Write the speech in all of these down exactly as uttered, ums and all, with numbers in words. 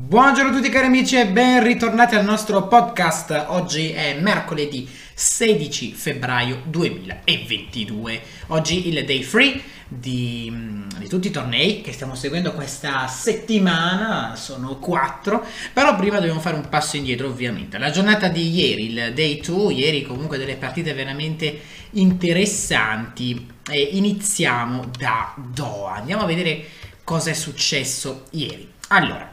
Buongiorno a tutti cari amici e ben ritornati al nostro podcast. Oggi è mercoledì sedici febbraio duemilaventidue. Oggi il day free di, di tutti i tornei che stiamo seguendo questa settimana, sono quattro, però prima dobbiamo fare un passo indietro ovviamente. La giornata di ieri, il day due, ieri comunque delle partite veramente interessanti e iniziamo da Doha. Andiamo a vedere cosa è successo ieri. Allora,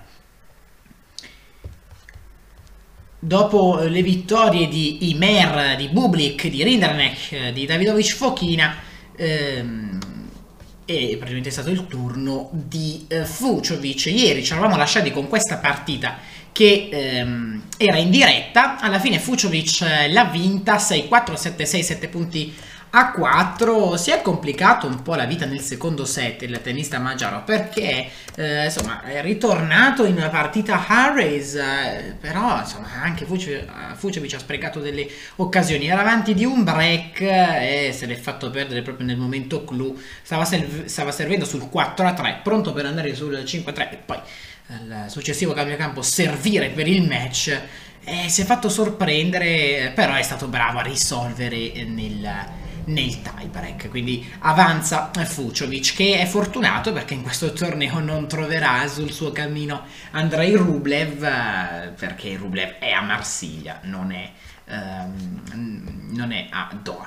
dopo le vittorie di Ymer, di Bublik, di Rinderknech, di Davidovich Fokina, ehm, è praticamente stato il turno di eh, Fucsovics. Ieri ci eravamo lasciati con questa partita che ehm, era in diretta. Alla fine Fucsovics l'ha vinta sei quattro, sette sei, sette punti a quattro. Si è complicato un po' la vita nel secondo set il tennista magiaro, perché eh, insomma è ritornato in una partita Harris, eh, però insomma anche Fucsovics ha sprecato delle occasioni, era avanti di un break eh, e se l'è fatto perdere proprio nel momento clou. Stava, stava servendo sul quattro a tre, pronto per andare sul cinque a tre e poi al successivo cambio campo servire per il match. Eh, si è fatto sorprendere, però è stato bravo a risolvere nel nel tie break, quindi avanza Fucsovics, che è fortunato perché in questo torneo non troverà sul suo cammino Andrei Rublev, perché Rublev è a Marsiglia, non è, um, non è a Doha.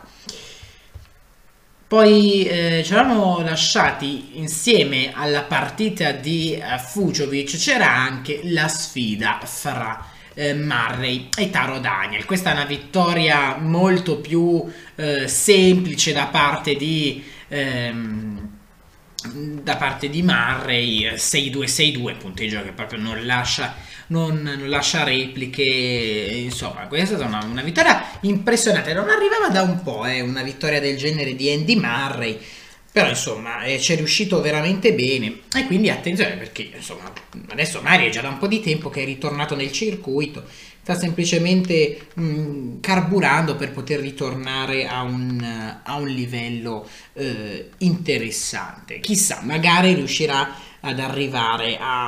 Poi eh, ci eravamo lasciati insieme alla partita di uh, Fucsovics, c'era anche la sfida fra Eh, Murray e Taro Daniel. Questa è una vittoria molto più eh, semplice da parte di ehm, da parte di Murray, sei due sei due, punteggio che proprio non lascia non, non lascia repliche. Insomma, questa è stata una, una vittoria impressionante, non arrivava da un po' eh, una vittoria del genere di Andy Murray. Però insomma eh, ci è riuscito veramente bene e quindi attenzione, perché insomma adesso Murray è già da un po' di tempo che è ritornato nel circuito, sta semplicemente mh, carburando per poter ritornare a un, a un livello eh, interessante. Chissà, magari riuscirà ad arrivare a,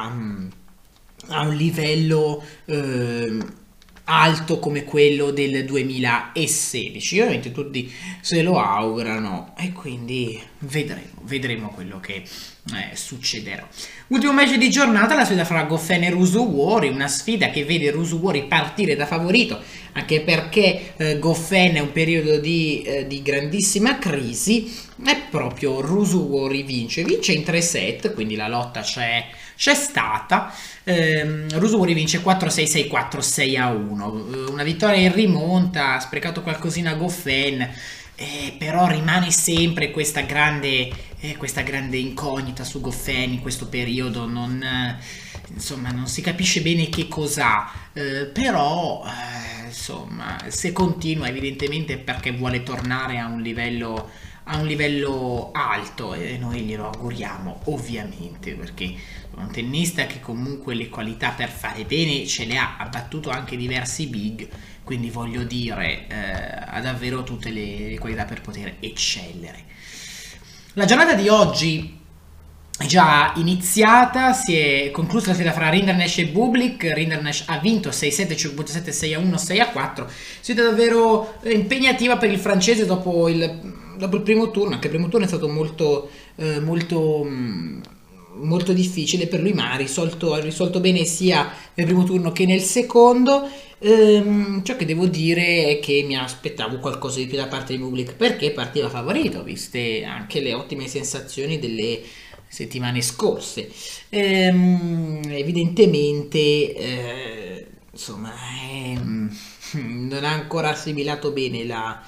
a un livello eh, alto come quello del duemilasedici. Ovviamente tutti se lo augurano e quindi vedremo, vedremo quello che eh, succederà. Ultimo match di giornata, la sfida fra Goffin e Ruusuvuori, una sfida che vede Ruusuvuori partire da favorito, anche perché eh, Goffin è un periodo di, eh, di grandissima crisi e proprio Ruusuvuori vince, vince in tre set, quindi la lotta c'è c'è stata. ehm, Ruusuvuori vince quattro sei sei quattro sei a uno, una vittoria in rimonta, ha sprecato qualcosina Goffin, eh, però rimane sempre questa grande, eh, questa grande incognita su Goffin in questo periodo, non, eh, insomma non si capisce bene che cos'ha, eh, però eh, insomma se continua evidentemente è perché vuole tornare a un livello a un livello alto e noi glielo auguriamo ovviamente, perché è un tennista che comunque le qualità per fare bene ce le ha, ha battuto anche diversi big, quindi voglio dire eh, ha davvero tutte le, le qualità per poter eccellere. La giornata di oggi è già iniziata, si è conclusa la sfida fra Rinderknech e Bublik. Rinderknech ha vinto sei sette, cinque sette, sei a uno, sei a quattro, sfida davvero impegnativa per il francese dopo il, dopo il primo turno. Anche il primo turno è stato molto eh, molto mh, molto difficile per lui, ma ha risolto, ha risolto bene sia nel primo turno che nel secondo. Ehm, ciò che devo dire è che mi aspettavo qualcosa di più da parte di Bublik, perché partiva favorito, viste anche le ottime sensazioni delle settimane scorse. Ehm, evidentemente eh, insomma ehm, non ha ancora assimilato bene la,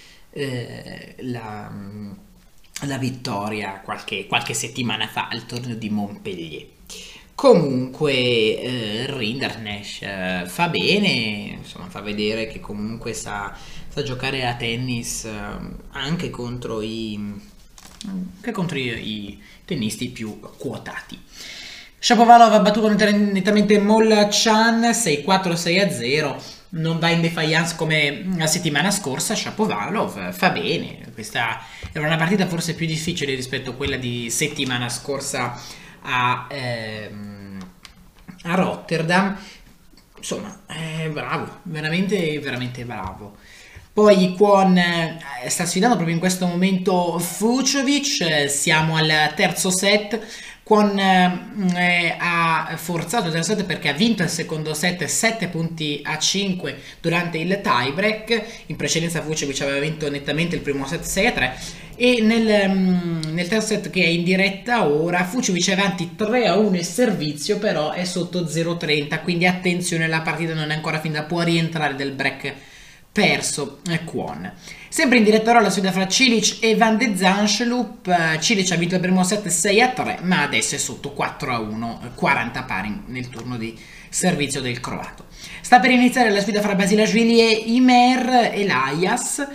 eh, la, la vittoria qualche, qualche settimana fa al torneo di Montpellier. Comunque eh, Rinderknech eh, fa bene, insomma fa vedere che comunque sa, sa giocare a tennis eh, anche contro i che contro i, i tennisti più quotati. Shapovalov ha battuto nettamente Molchan sei quattro sei a zero, non va in defiance come la settimana scorsa. Shapovalov fa bene, questa era una partita forse più difficile rispetto a quella di settimana scorsa a, ehm, a Rotterdam. Insomma, è bravo, veramente, veramente bravo. Poi Kwon eh, sta sfidando proprio in questo momento Fucsovics, eh, siamo al terzo set. Kwon eh, ha forzato il terzo set perché ha vinto il secondo set sette punti a cinque durante il tiebreak. In precedenza Fucsovics aveva vinto nettamente il primo set sei a tre. E nel, nel terzo set che è in diretta ora Fucsovics è avanti tre a uno il servizio, però è sotto zero a trenta, quindi attenzione, la partita non è ancora finita, può rientrare del break perso eh, Kwon. Sempre in diretta ora la sfida fra Cilic e Van de Zandschulp. Cilic ha vinto il primo set sei a tre, ma adesso è sotto quattro a uno, quaranta pari nel turno di servizio del croato. Sta per iniziare la sfida fra Basilashvili e Imer Elias.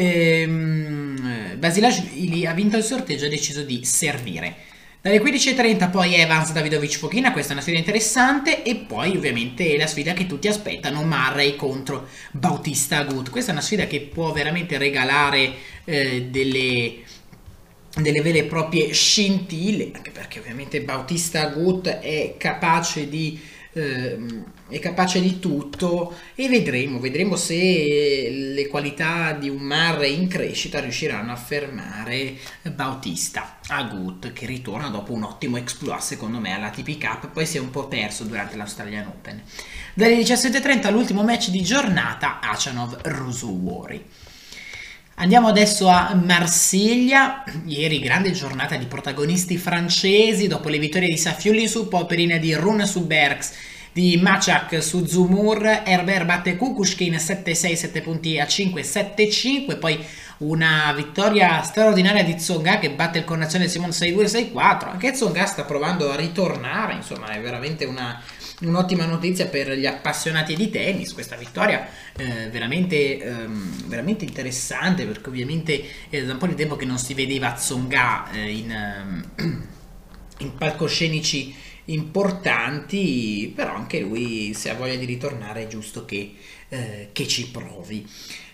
Ehm, Basilashvili ha vinto il sorteggio e ha deciso di servire. Dalle quindici e trenta poi Evans Davidovic Fokina, questa è una sfida interessante, e poi ovviamente la sfida che tutti aspettano, Murray contro Bautista Agut. Questa è una sfida che può veramente regalare eh, delle, delle vere e proprie scintille, anche perché ovviamente Bautista Agut è capace di eh, è capace di tutto, e vedremo, vedremo se le qualità di un Murray in crescita riusciranno a fermare Bautista Agut, che ritorna dopo un ottimo exploit secondo me alla A T P Cup, poi si è un po' perso durante l'Australian Open. Dalle diciassette e trenta l'ultimo match di giornata, Khachanov Ruusuvuori. Andiamo adesso a Marsiglia. Ieri grande giornata di protagonisti francesi, dopo le vittorie di Safiullin su Popyrin e di Rune su Bergs, di Machak su Zumur. Herbert batte Kukushkin sette sei, sette punti a cinque, sette cinque. Poi una vittoria straordinaria di Tsonga che batte il connazionale Simon sei due, sei quattro. Anche Tsonga sta provando a ritornare, insomma è veramente una un'ottima notizia per gli appassionati di tennis, questa vittoria eh, veramente, ehm, veramente interessante, perché ovviamente è da un po' di tempo che non si vedeva Tsonga eh, in, ehm, in palcoscenici importanti, però anche lui, se ha voglia di ritornare, è giusto che, eh, che ci provi.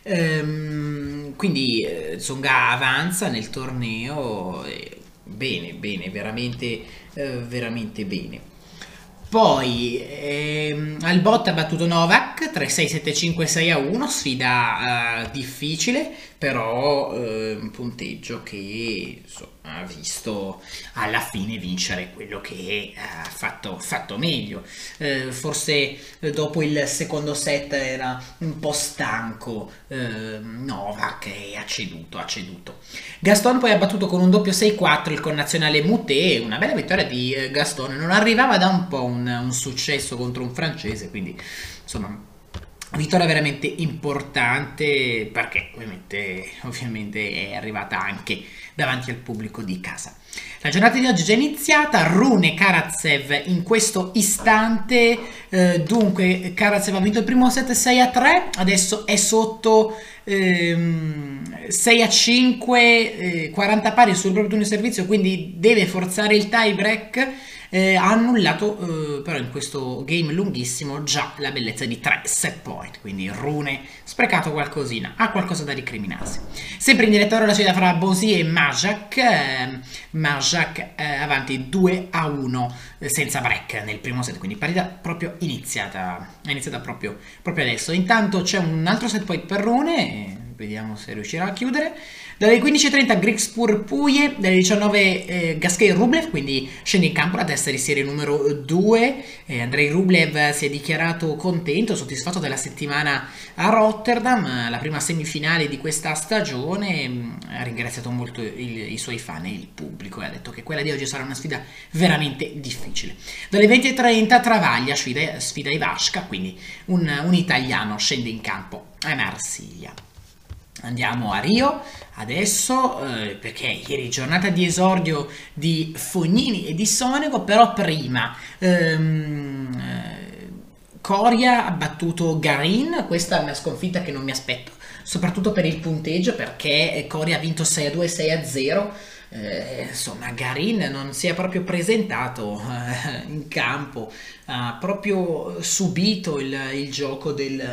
Ehm, quindi eh, Tsonga avanza nel torneo, eh, bene, bene, veramente, eh, veramente bene. Poi ehm, Albot ha battuto Novak tre sei, sette cinque, sei a uno, sfida eh, difficile, però eh, un punteggio che insomma, ha visto alla fine vincere quello che ha fatto, fatto meglio. Eh, forse eh, dopo il secondo set era un po' stanco eh, Novak e ha ceduto, ha ceduto. Gaston poi ha battuto con un doppio sei quattro il connazionale Moutet, una bella vittoria di eh, Gaston, non arrivava da un po' un, un successo contro un francese, quindi insomma vittoria veramente importante, perché ovviamente, ovviamente è arrivata anche davanti al pubblico di casa. La giornata di oggi è già iniziata, Rune Karatsev in questo istante, eh, dunque Karatsev ha vinto il primo set sei a tre, adesso è sotto ehm, sei a cinque, eh, quaranta pari sul proprio turno di servizio, quindi deve forzare il tie break. Eh, ha annullato eh, però in questo game lunghissimo già la bellezza di tre set point, quindi Rune sprecato qualcosina, ha qualcosa da ricriminarsi. Sempre in diretta ora la sfida fra Bonsi e Majak, eh, Majak eh, avanti due a uno eh, senza break nel primo set, quindi partita proprio iniziata, è iniziata proprio, proprio adesso. Intanto c'è un altro set point per Rune, eh, vediamo se riuscirà a chiudere. Dalle quindici e trenta Grigspur Puje, dalle diciannove eh, Gasquet Rublev, quindi scende in campo la testa di serie numero due. eh, Andrei Rublev si è dichiarato contento, soddisfatto della settimana a Rotterdam, la prima semifinale di questa stagione. Mh, ha ringraziato molto il, i suoi fan e il pubblico e ha detto che quella di oggi sarà una sfida veramente difficile. Dalle venti e trenta Travaglia sfida, sfida Ivashka, quindi un, un italiano scende in campo a Marsiglia. Andiamo a Rio adesso, eh, perché ieri giornata di esordio di Fognini e di Sonego, però prima ehm, eh, Coria ha battuto Garin, questa è una sconfitta che non mi aspetto, soprattutto per il punteggio, perché Coria ha vinto sei a due, sei a zero, eh, insomma Garin non si è proprio presentato eh, in campo, ha proprio subito il, il gioco del...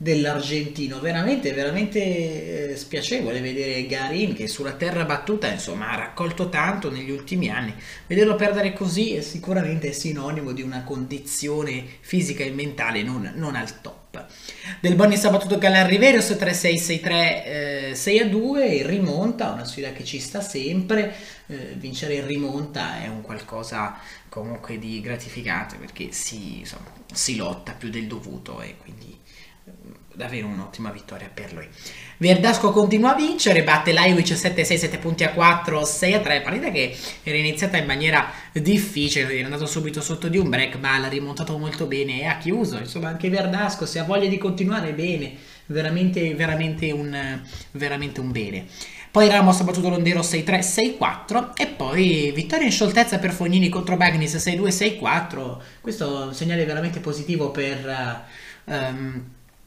dell'argentino. Veramente, veramente eh, spiacevole vedere Garin che sulla terra battuta, insomma, ha raccolto tanto negli ultimi anni. Vederlo perdere così è sicuramente sinonimo di una condizione fisica e mentale non, non al top. Del Bonis ha battuto Galan Riveros tre sei sei tre eh, sei a due e rimonta, una sfida che ci sta sempre. Eh, vincere in rimonta è un qualcosa comunque di gratificante perché si, insomma, si lotta più del dovuto e quindi davvero un'ottima vittoria per lui. Verdasco continua a vincere, batte Lajwic sette sei sette punti a quattro sei a tre, partita che era iniziata in maniera difficile, era andato subito sotto di un break ma l'ha rimontato molto bene e ha chiuso. Insomma, anche Verdasco, se ha voglia di continuare, bene, veramente veramente un, veramente un bene. Poi Ramos ha battuto Londero sei tre sei quattro e poi vittoria in scioltezza per Fognini contro Bagnis sei due sei quattro. Questo è un segnale veramente positivo per um,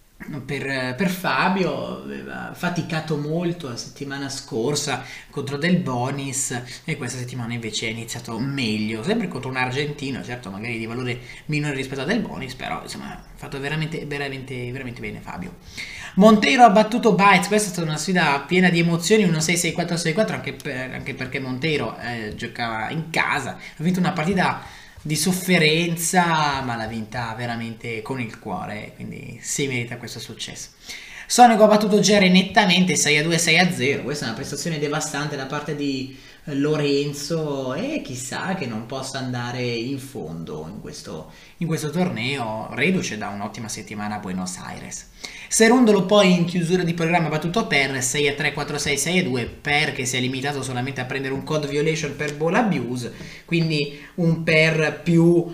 Per, per Fabio. Aveva faticato molto la settimana scorsa contro Del Bonis e questa settimana invece è iniziato meglio, sempre contro un argentino, certo magari di valore minore rispetto a Del Bonis, però insomma ha fatto veramente veramente veramente bene Fabio. Monteiro ha battuto Baez, questa è stata una sfida piena di emozioni, uno sei sei quattro sei quattro, anche, per, anche perché Monteiro eh, giocava in casa, ha vinto una partita di sofferenza, ma l'ha vinta veramente con il cuore, quindi si merita questo successo. Sonego ha battuto Gere nettamente sei a due sei a zero, questa è una prestazione devastante da parte di Lorenzo e chissà che non possa andare in fondo in questo, in questo torneo, reduce da un'ottima settimana a Buenos Aires. Serundolo poi in chiusura di programma ha battuto Per sei a tre quattro sei sei a due, Per che si è limitato solamente a prendere un code violation per ball abuse, quindi un Per più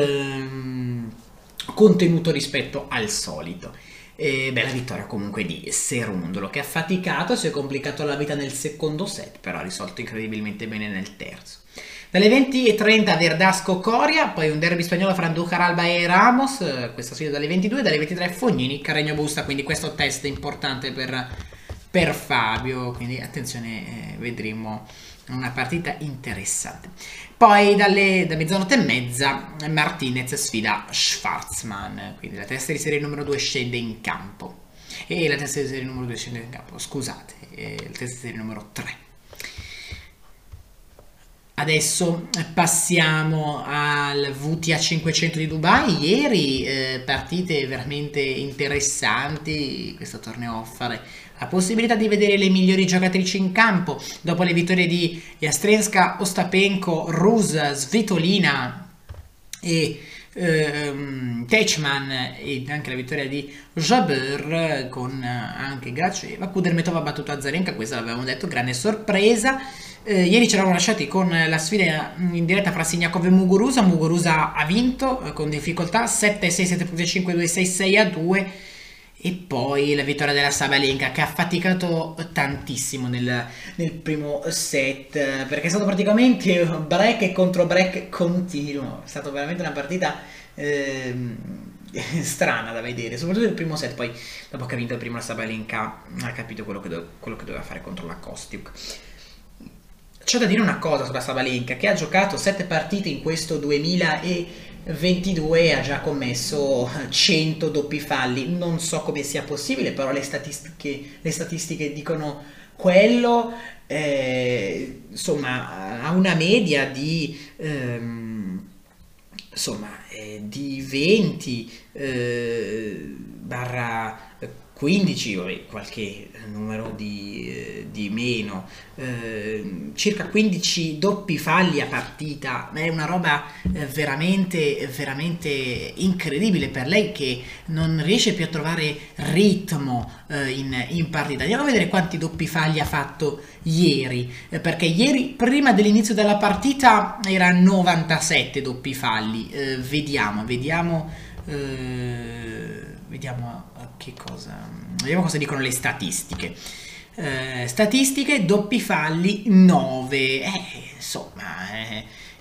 ehm, contenuto rispetto al solito. E bella vittoria comunque di Serundolo che ha faticato, si è complicato la vita nel secondo set, però ha risolto incredibilmente bene nel terzo. Dalle venti e trenta Verdasco Coria, poi un derby spagnolo fra Andújar Alba e Ramos, questa sfida dalle ventidue, dalle ventitré Fognini, Carreño Busta, quindi questo test è importante per, per Fabio, quindi attenzione, eh, vedremo una partita interessante. Poi dalle, da mezzanotte e mezza Martinez sfida Schwarzman, quindi la testa di serie numero due scende in campo e la testa di serie numero due scende in campo, scusate, eh, la testa di serie numero tre. Adesso passiamo al V T A cinquecento di Dubai. Ieri eh, partite veramente interessanti, questo torneo offre la possibilità di vedere le migliori giocatrici in campo dopo le vittorie di Jastrenska, Ostapenko, Rus, Svitolina e ehm, Teichmann e anche la vittoria di Jabeur con anche Graceva. Kudermetova ha battuto Azarenka, questa l'avevamo detto, grande sorpresa. Eh, ieri ci eravamo lasciati con la sfida in diretta fra Siniakov e Muguruza. Muguruza ha vinto eh, con difficoltà sette sei sette cinque due sei sei a due e poi la vittoria della Sabalenka che ha faticato tantissimo nel, nel primo set perché è stato praticamente break contro break continuo, è stata veramente una partita ehm, strana da vedere, soprattutto il primo set. Poi dopo che ha vinto il primo la Sabalenka ha capito quello che, do, quello che doveva fare contro la Kostiuk. C'è da dire una cosa sulla Sabalenka, che ha giocato sette partite in questo duemilaventidue e ha già commesso cento doppi falli. Non so come sia possibile, però le statistiche, le statistiche dicono quello. Eh, insomma, ha una media di, ehm, insomma, eh, di venti eh, barra quindici, vabbè, qualche numero di, eh, di meno, eh, circa quindici doppi falli a partita, è una roba eh, veramente, veramente incredibile per lei che non riesce più a trovare ritmo eh, in, in partita. Andiamo a vedere quanti doppi falli ha fatto ieri, eh, perché ieri prima dell'inizio della partita era novantasette doppi falli, eh, vediamo, vediamo, eh, vediamo che cosa, vediamo cosa dicono le statistiche. Eh, statistiche, doppi falli nove, eh, insomma, eh,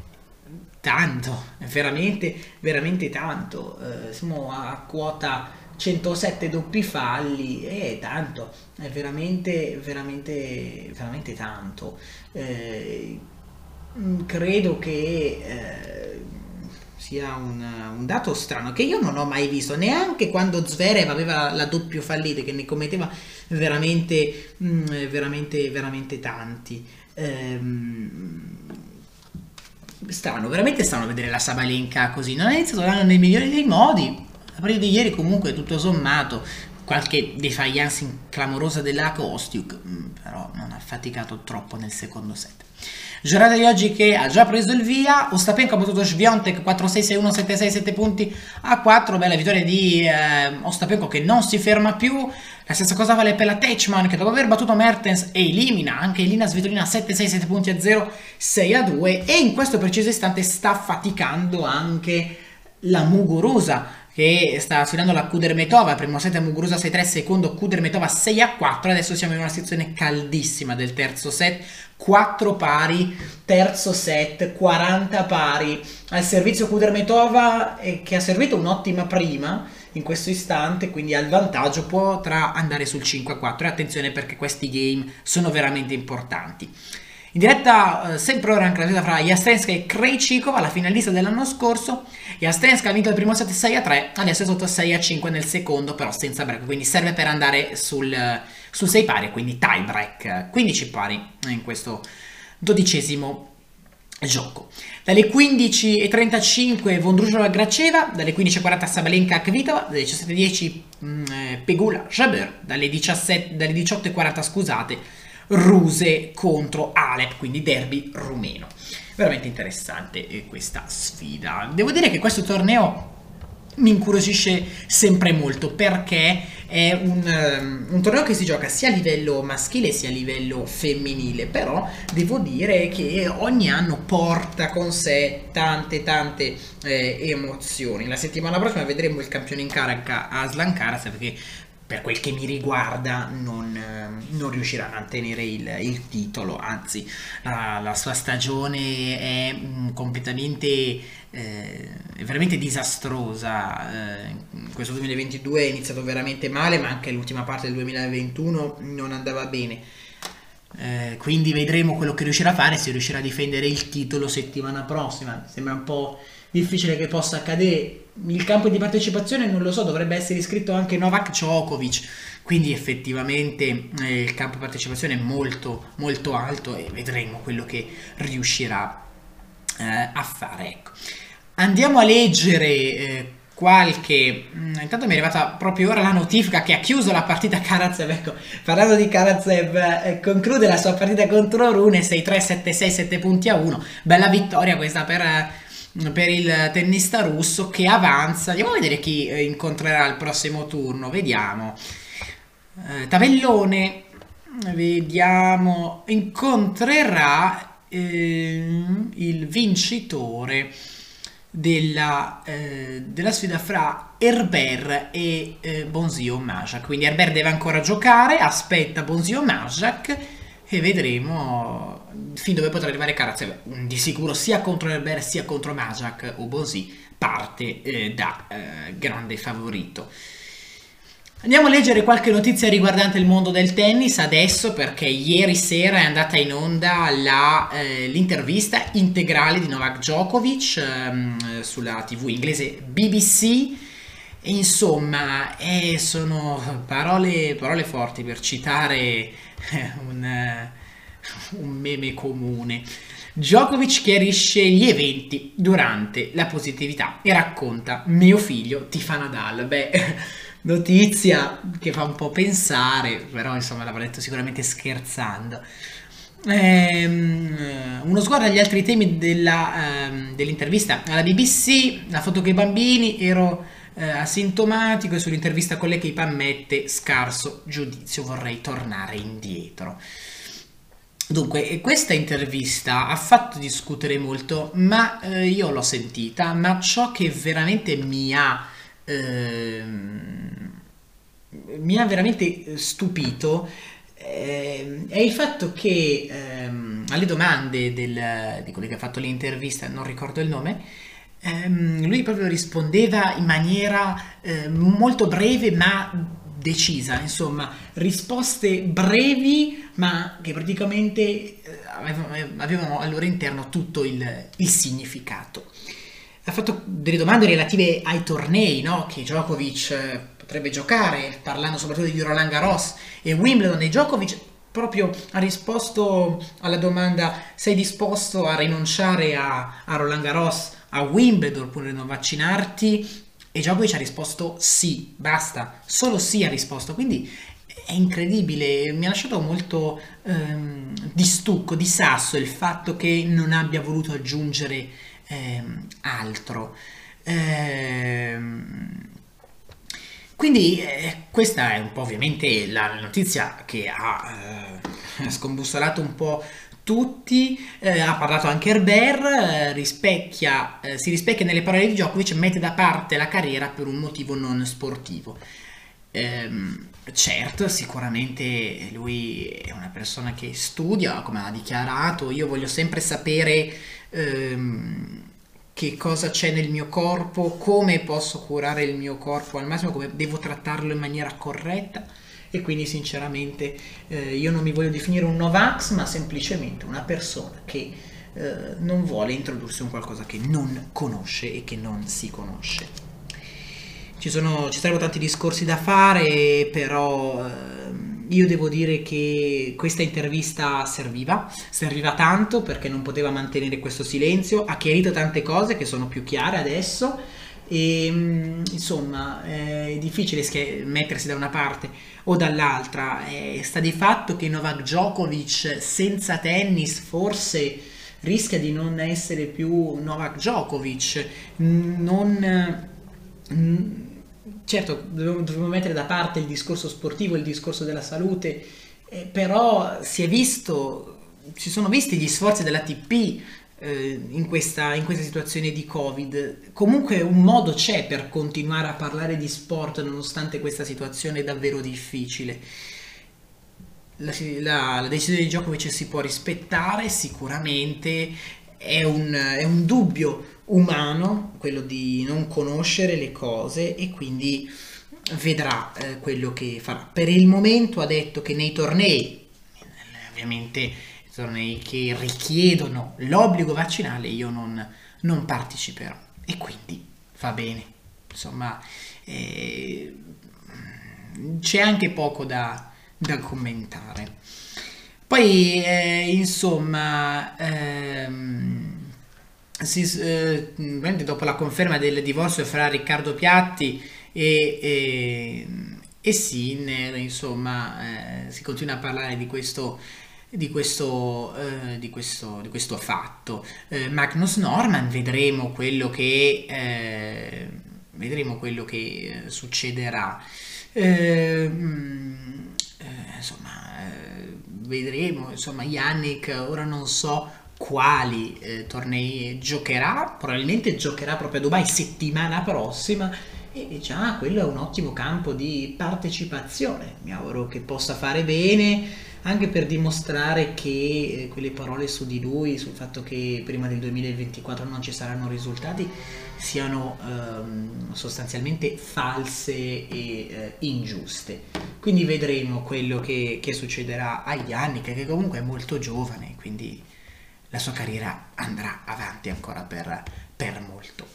tanto, veramente, veramente tanto. Eh, siamo a quota centosette doppi falli, è tanto, è veramente, veramente, veramente tanto. Eh, credo che eh, sia un, un dato strano che io non ho mai visto, neanche quando Zverev aveva la doppio fallite, che ne commetteva veramente, mh, veramente, veramente tanti. Ehm, strano, veramente strano vedere la Sabalenka così. Non ha iniziato l'anno nei migliori dei modi. A partire di ieri comunque tutto sommato qualche defiance clamorosa della Kostiuk, però non ha faticato troppo nel secondo set. Giornata di oggi che ha già preso il via. Ostapenko ha battuto Swiatek quattro sei sei uno sette sei sette punti a quattro. Bella vittoria di eh, Ostapenko che non si ferma più. La stessa cosa vale per la Teichmann, che dopo aver battuto Mertens elimina anche Elina Svitolina sette sei sette punti a zero, sei a due, e in questo preciso istante sta faticando anche la Muguruza, che sta sfidando la Kudermetova. Primo set a Muguruza sei tre, secondo Kudermetova sei a quattro. Adesso siamo in una situazione caldissima del terzo set, quattro pari, terzo set, quaranta pari al servizio Kudermetova, eh, che ha servito un'ottima prima in questo istante, quindi al vantaggio, potrà andare sul cinque a quattro, e attenzione perché questi game sono veramente importanti. In diretta eh, sempre ora anche la sfida fra Yastremska e Krejcikova, la finalista dell'anno scorso. Yastremska ha vinto il primo set sei a tre, adesso è sotto sei a cinque nel secondo, però senza break, quindi serve per andare sul, sul sei pari, quindi tie break, quindici pari in questo dodicesimo gioco. Dalle quindici e trentacinque Vondrousova Graceva, dalle quindici e quaranta Sabalenka Kvitova, dalle diciassette e dieci mh, Pegula Jabeur, dalle, dalle diciotto e quaranta scusate Ruse contro Alep, quindi derby rumeno. Veramente interessante eh, questa sfida. Devo dire che questo torneo mi incuriosisce sempre molto, perché è un, um, un torneo che si gioca sia a livello maschile sia a livello femminile, però devo dire che ogni anno porta con sé tante tante eh, emozioni. La settimana prossima vedremo il campione in carica Aslan Karatsev, perché per quel che mi riguarda non, non riuscirà a mantenere il, il titolo, anzi la, la sua stagione è mh, completamente eh, veramente disastrosa. Eh, questo duemilaventidue è iniziato veramente male, ma anche l'ultima parte del duemilaventuno non andava bene. Eh, quindi vedremo quello che riuscirà a fare, se riuscirà a difendere il titolo settimana prossima. Sembra un po' difficile che possa accadere. Il campo di partecipazione non lo so, dovrebbe essere iscritto anche Novak Djokovic, quindi effettivamente eh, il campo di partecipazione è molto molto alto, e vedremo quello che riuscirà eh, a fare. Ecco. Andiamo a leggere eh, qualche... Intanto mi è arrivata proprio ora la notifica che ha chiuso la partita Karatsev. Ecco, parlando di Karatsev, eh, conclude la sua partita contro Rune sei tre sette sei sette punti a uno. Bella vittoria questa per... Eh, per il tennista russo, che avanza. Andiamo a vedere chi eh, incontrerà al prossimo turno. Vediamo. Eh, tabellone. Vediamo. Incontrerà eh, il vincitore della, eh, della sfida fra Herbert e eh, Bonzio Majak. Quindi Herbert deve ancora giocare. Aspetta Bonzio Majak e vedremo fin dove potrà arrivare Karatsev. Di sicuro sia contro Herbert sia contro Majak o Bonzi parte eh, da eh, grande favorito. Andiamo a leggere qualche notizia riguardante il mondo del tennis adesso, perché ieri sera è andata in onda eh, l'intervista integrale di Novak Djokovic ehm, sulla tivù inglese B B C. E insomma, eh, sono parole, parole forti per citare eh, un, uh, un meme comune. Djokovic chiarisce gli eventi durante la positività e racconta: mio figlio tifa Nadal. Beh, notizia che fa un po' pensare, però insomma l'avrà detto sicuramente scherzando. Ehm, uno sguardo agli altri temi della, ehm, dell'intervista alla B B C, la foto che i bambini, ero eh, asintomatico, e sull'intervista con l'equipe ammette scarso giudizio, vorrei tornare indietro. Dunque, questa intervista ha fatto discutere molto, ma eh, io l'ho sentita, ma ciò che veramente mi ha ehm, mi ha veramente stupito eh, è il fatto che ehm, alle domande del, di quello che ha fatto l'intervista, non ricordo il nome, ehm, lui proprio rispondeva in maniera eh, molto breve ma decisa, insomma, risposte brevi ma che praticamente avevano, avevano al loro interno tutto il, il significato. ha fatto delle domande relative ai tornei, no? Che Djokovic eh, potrebbe giocare, parlando soprattutto di Roland Garros e Wimbledon, e Djokovic proprio ha risposto alla domanda: sei disposto a rinunciare a, a Roland Garros, a Wimbledon, pur di non vaccinarti? E Djokovic ha risposto sì, basta, solo sì ha risposto, quindi è incredibile, mi ha lasciato molto ehm, di stucco, di sasso il fatto che non abbia voluto aggiungere ehm, altro. Ehm, quindi eh, questa è un po' ovviamente la notizia che ha eh, scombussolato un po' tutti, eh, ha parlato anche Herbert, eh, rispecchia, eh, si rispecchia nelle parole di Djokovic, mette da parte la carriera per un motivo non sportivo. Ehm, certo, sicuramente lui è una persona che studia, come ha dichiarato, io voglio sempre sapere ehm, che cosa c'è nel mio corpo, come posso curare il mio corpo al massimo, come devo trattarlo in maniera corretta. E quindi sinceramente eh, io non mi voglio definire un Novax, ma semplicemente una persona che eh, non vuole introdursi in qualcosa che non conosce e che non si conosce. Ci sono, ci sarebbero tanti discorsi da fare, però ehm, io devo dire che questa intervista serviva, serviva tanto perché non poteva mantenere questo silenzio, ha chiarito tante cose che sono più chiare adesso e mm, insomma è difficile schie- mettersi da una parte o dall'altra. Eh, sta di fatto che Novak Djokovic senza tennis forse rischia di non essere più Novak Djokovic, non... mm, certo, dobbiamo, dobbiamo mettere da parte il discorso sportivo, il discorso della salute, eh, però si è visto, si sono visti gli sforzi dell'A T P eh, in questa, in questa situazione di Covid. Comunque un modo c'è per continuare a parlare di sport nonostante questa situazione davvero difficile. La, la- la decisione di Djokovic si può rispettare, sicuramente è un, è un dubbio umano quello di non conoscere le cose e quindi vedrà eh, quello che farà. Per il momento ha detto che nei tornei, ovviamente tornei che richiedono l'obbligo vaccinale, io non, non parteciperò e quindi va bene. Insomma, eh, c'è anche poco da, da commentare. Poi, eh, insomma, ehm, si, eh, ovviamente dopo la conferma del divorzio fra Riccardo Piatti e, e, e Sinner, insomma, eh, si continua a parlare di questo, di questo, eh, di questo, di questo fatto. Eh, Magnus Norman, vedremo quello che, eh, vedremo quello che eh, succederà. Eh, mm, eh, insomma, eh, vedremo. Insomma, Yannick, ora non so quali eh, tornei giocherà, probabilmente giocherà proprio a Dubai settimana prossima e già quello è un ottimo campo di partecipazione. Mi auguro che possa fare bene, anche per dimostrare che eh, quelle parole su di lui, sul fatto che prima del duemilaventiquattro non ci saranno risultati, siano ehm, sostanzialmente false e eh, ingiuste. Quindi vedremo quello che, che succederà a Yannick, che comunque è molto giovane, quindi la sua carriera andrà avanti ancora per, per molto.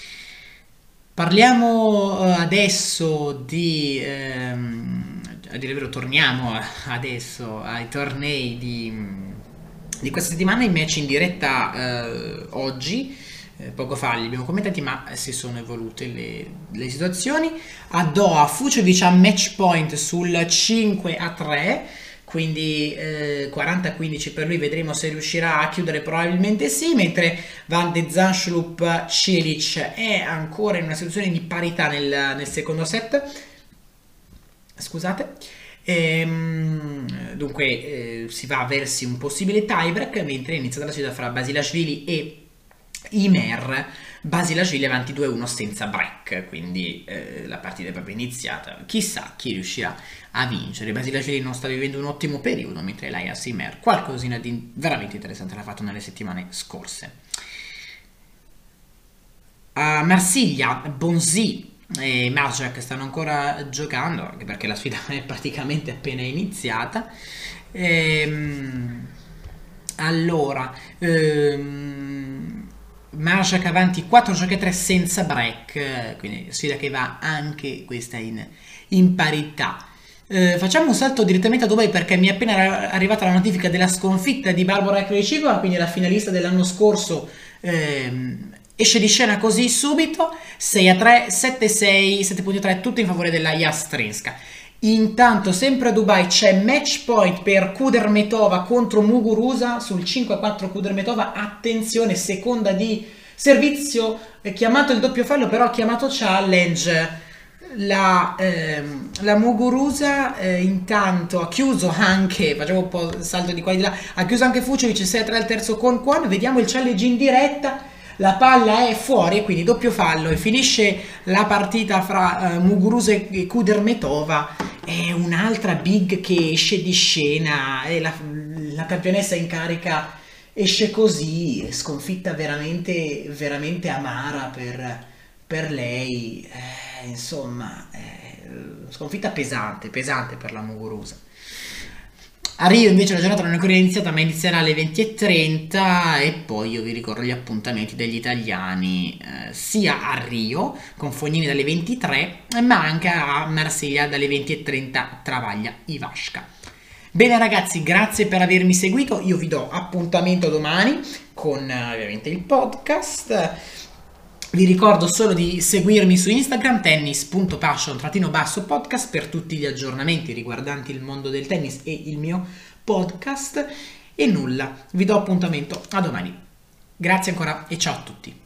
Parliamo eh, adesso di, ehm, a dire il vero, torniamo adesso ai tornei di, di questa settimana, i match in diretta eh, oggi. Eh, poco fa li abbiamo commentati, ma si sono evolute le, le situazioni. A Doha, Fuciovic a match point sul cinque a tre, quindi eh, quaranta a quindici per lui, vedremo se riuscirà a chiudere, probabilmente sì, mentre Van de Zandschulp Cilic è ancora in una situazione di parità nel, nel secondo set, scusate. Ehm, dunque eh, si va verso un possibile tiebreak, mentre è iniziata la sfida fra Basilashvili e Imer. Basilashvili avanti due a uno senza break, quindi eh, la partita è proprio iniziata, chissà chi riuscirà a vincere. Basilashvili non sta vivendo un ottimo periodo, mentre Elias Imer qualcosina di veramente interessante l'ha fatto nelle settimane scorse. A Marsiglia, Bonzi e Marjak stanno ancora giocando, anche perché la sfida è praticamente appena iniziata. Ehm, allora, ehm, Marjac avanti quattro giochi a tre senza break, quindi sfida che va anche questa in, in parità. Eh, facciamo un salto direttamente a Dubai perché mi è appena arrivata la notifica della sconfitta di Barbora Krejcikova, quindi la finalista dell'anno scorso ehm, esce di scena così subito. Sei a tre, sette a sei, sette punto tre, tutto in favore della Jastrinska. Intanto sempre a Dubai c'è match point per Kudermetova contro Muguruza sul cinque a quattro. Kudermetova, attenzione, seconda di servizio, è chiamato il doppio fallo, però ha chiamato challenge. La, ehm, la Muguruza eh, intanto ha chiuso anche, facciamo un po' il salto di qua e di là, ha chiuso anche Fuciovic, sei a tre al terzo con Kwon. Vediamo il challenge in diretta, la palla è fuori e quindi doppio fallo e finisce la partita fra eh, Muguruza e Kudermetova. È un'altra big che esce di scena e la, la campionessa in carica esce così, sconfitta veramente, veramente amara per, per lei. Eh, insomma, eh, sconfitta pesante, pesante per la Muguruza. A Rio invece la giornata non è ancora iniziata, ma inizierà alle venti e trenta e poi io vi ricordo gli appuntamenti degli italiani eh, sia a Rio con Fognini dalle ventitré, ma anche a Marsiglia dalle venti e trenta Travaglia Ivashka. Bene ragazzi, grazie per avermi seguito, io vi do appuntamento domani con eh, ovviamente il podcast. Vi ricordo solo di seguirmi su Instagram, tennis.passion-podcast, per tutti gli aggiornamenti riguardanti il mondo del tennis e il mio podcast. E nulla, vi do appuntamento a domani. Grazie ancora e ciao a tutti.